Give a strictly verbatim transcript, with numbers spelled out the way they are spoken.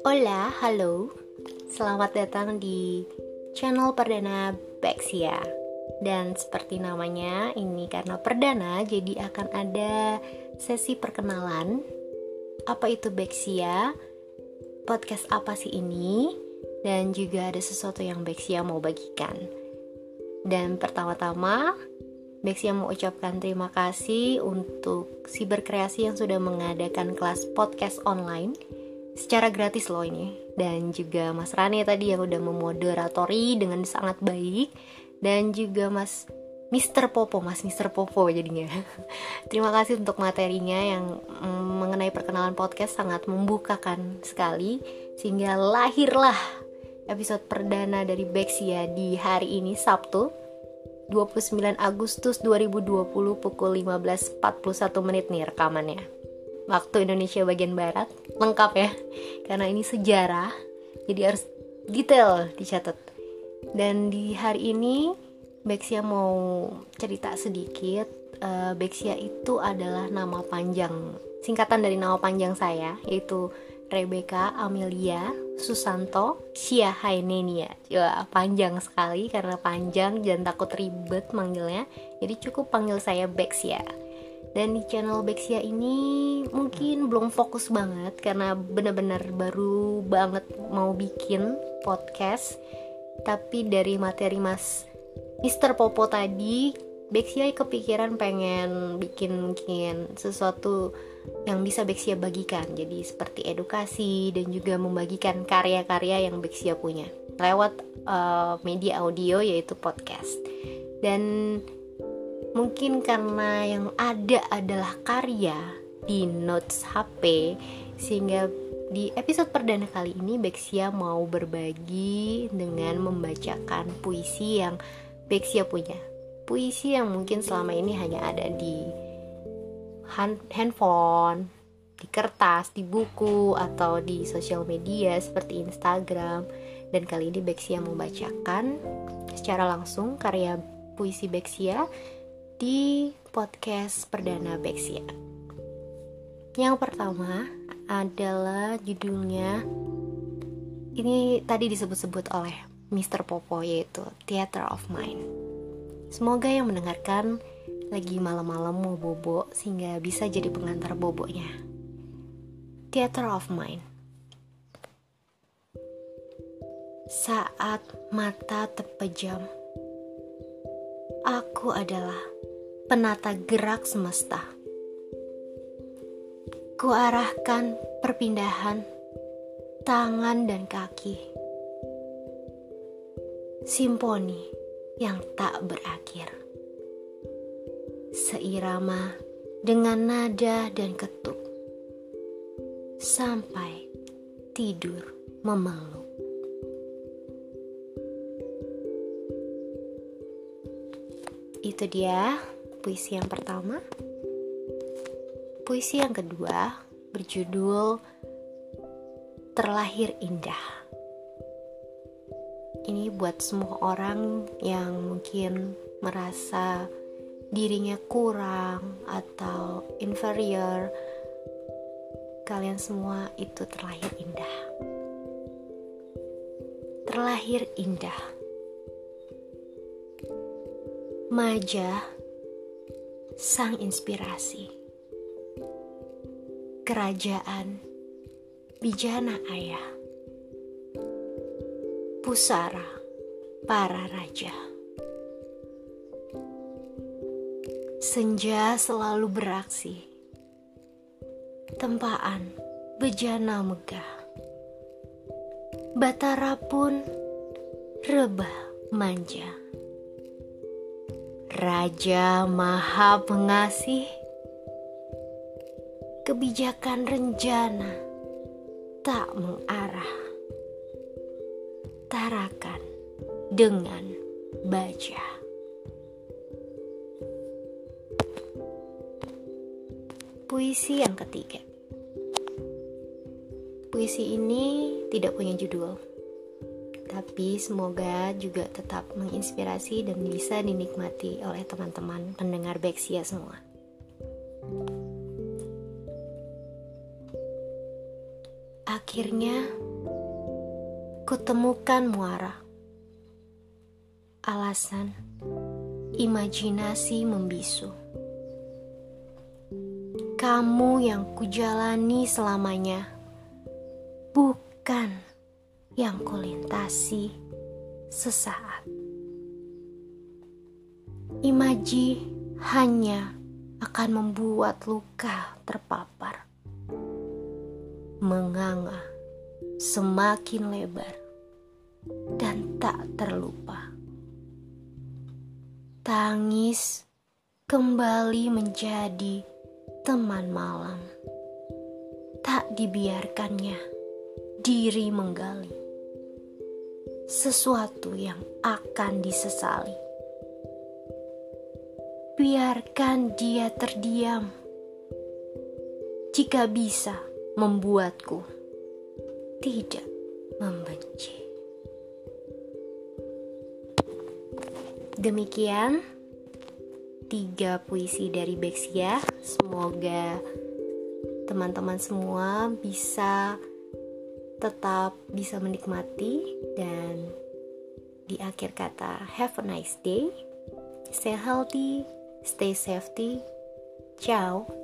Hola, halo. Selamat datang di channel perdana Bexia. Dan seperti namanya, ini karena perdana, jadi akan ada sesi perkenalan. Apa itu Bexia? Podcast apa sih ini? Dan juga ada sesuatu yang Bexia mau bagikan. Dan pertama-tama, Bexia mau ucapkan terima kasih untuk Siberkreasi yang sudah mengadakan kelas podcast online secara gratis loh ini. Dan juga Mas Rane tadi yang udah memoderatori dengan sangat baik. Dan juga Mas Mister Popo, Mas Mister Popo jadinya. Terima kasih untuk materinya yang mm, mengenai perkenalan podcast sangat membukakan sekali. Sehingga lahirlah episode perdana dari Bexia di hari ini, Sabtu dua puluh sembilan Agustus dua ribu dua puluh pukul lima belas empat puluh satu menit nih rekamannya. Waktu Indonesia bagian Barat, lengkap ya. Karena ini sejarah, jadi harus detail dicatat. Dan di hari ini Bexia mau cerita sedikit. uh, Bexia itu adalah nama panjang, singkatan dari nama panjang saya, yaitu Rebecca Amelia Susanto Siahainenia. Ya, panjang sekali karena panjang dan takut ribet manggilnya. Jadi cukup panggil saya Bexia. Dan di channel Bexia ini mungkin belum fokus banget karena benar-benar baru banget mau bikin podcast. Tapi dari materi Mas Mister Popo tadi, Bexia kepikiran pengen bikin mungkin sesuatu yang bisa Bexia bagikan. Jadi seperti edukasi dan juga membagikan karya-karya yang Bexia punya lewat uh, media audio yaitu podcast. Dan mungkin karena yang ada adalah karya di notes H P, sehingga di episode perdana kali ini Bexia mau berbagi dengan membacakan puisi yang Bexia punya. Puisi yang mungkin selama ini hanya ada di handphone, di kertas, di buku, atau di sosial media seperti Instagram. Dan kali ini Bexia membacakan secara langsung karya puisi Bexia di podcast perdana Bexia. Yang pertama adalah judulnya, ini tadi disebut-sebut oleh Mister Popo, yaitu Theater of Mind. Semoga yang mendengarkan lagi malam-malam mau bobo sehingga bisa jadi pengantar bobonya. Theater of Mind. Saat mata terpejam, aku adalah penata gerak semesta. Kuarahkan perpindahan tangan dan kaki. Simfoni yang tak berakhir. Seirama dengan nada dan ketuk, sampai tidur memeluk. Itu dia puisi yang pertama. Puisi yang kedua berjudul Terlahir Indah. Ini buat semua orang yang mungkin merasa dirinya kurang atau inferior. Kalian semua itu terlahir indah. Terlahir indah. Maja, sang inspirasi. Kerajaan, bijana ayah. Pusara, para raja. Senja selalu beraksi. Tempaan, bejana megah. Batara pun rebah manja. Raja maha pengasih. Kebijakan renjana tak mengarah. Tarakan dengan baja. Puisi yang ketiga. Puisi ini tidak punya judul, tapi semoga juga tetap menginspirasi dan bisa dinikmati oleh teman-teman pendengar Bexia semua. Akhirnya kutemukan muara. Alasan, imajinasi membisu. Kamu yang kujalani selamanya, bukan yang kulintasi sesaat. Imaji hanya akan membuat luka terpapar, menganga semakin lebar dan tak terlupa. Tangis kembali menjadi teman malam, tak dibiarkannya diri menggali sesuatu yang akan disesali. Biarkan dia terdiam jika bisa membuatku tidak membenci. Demikian tiga puisi dari Beksia. Semoga teman-teman semua bisa tetap bisa menikmati, dan di akhir kata, have a nice day, stay healthy, stay safety, ciao.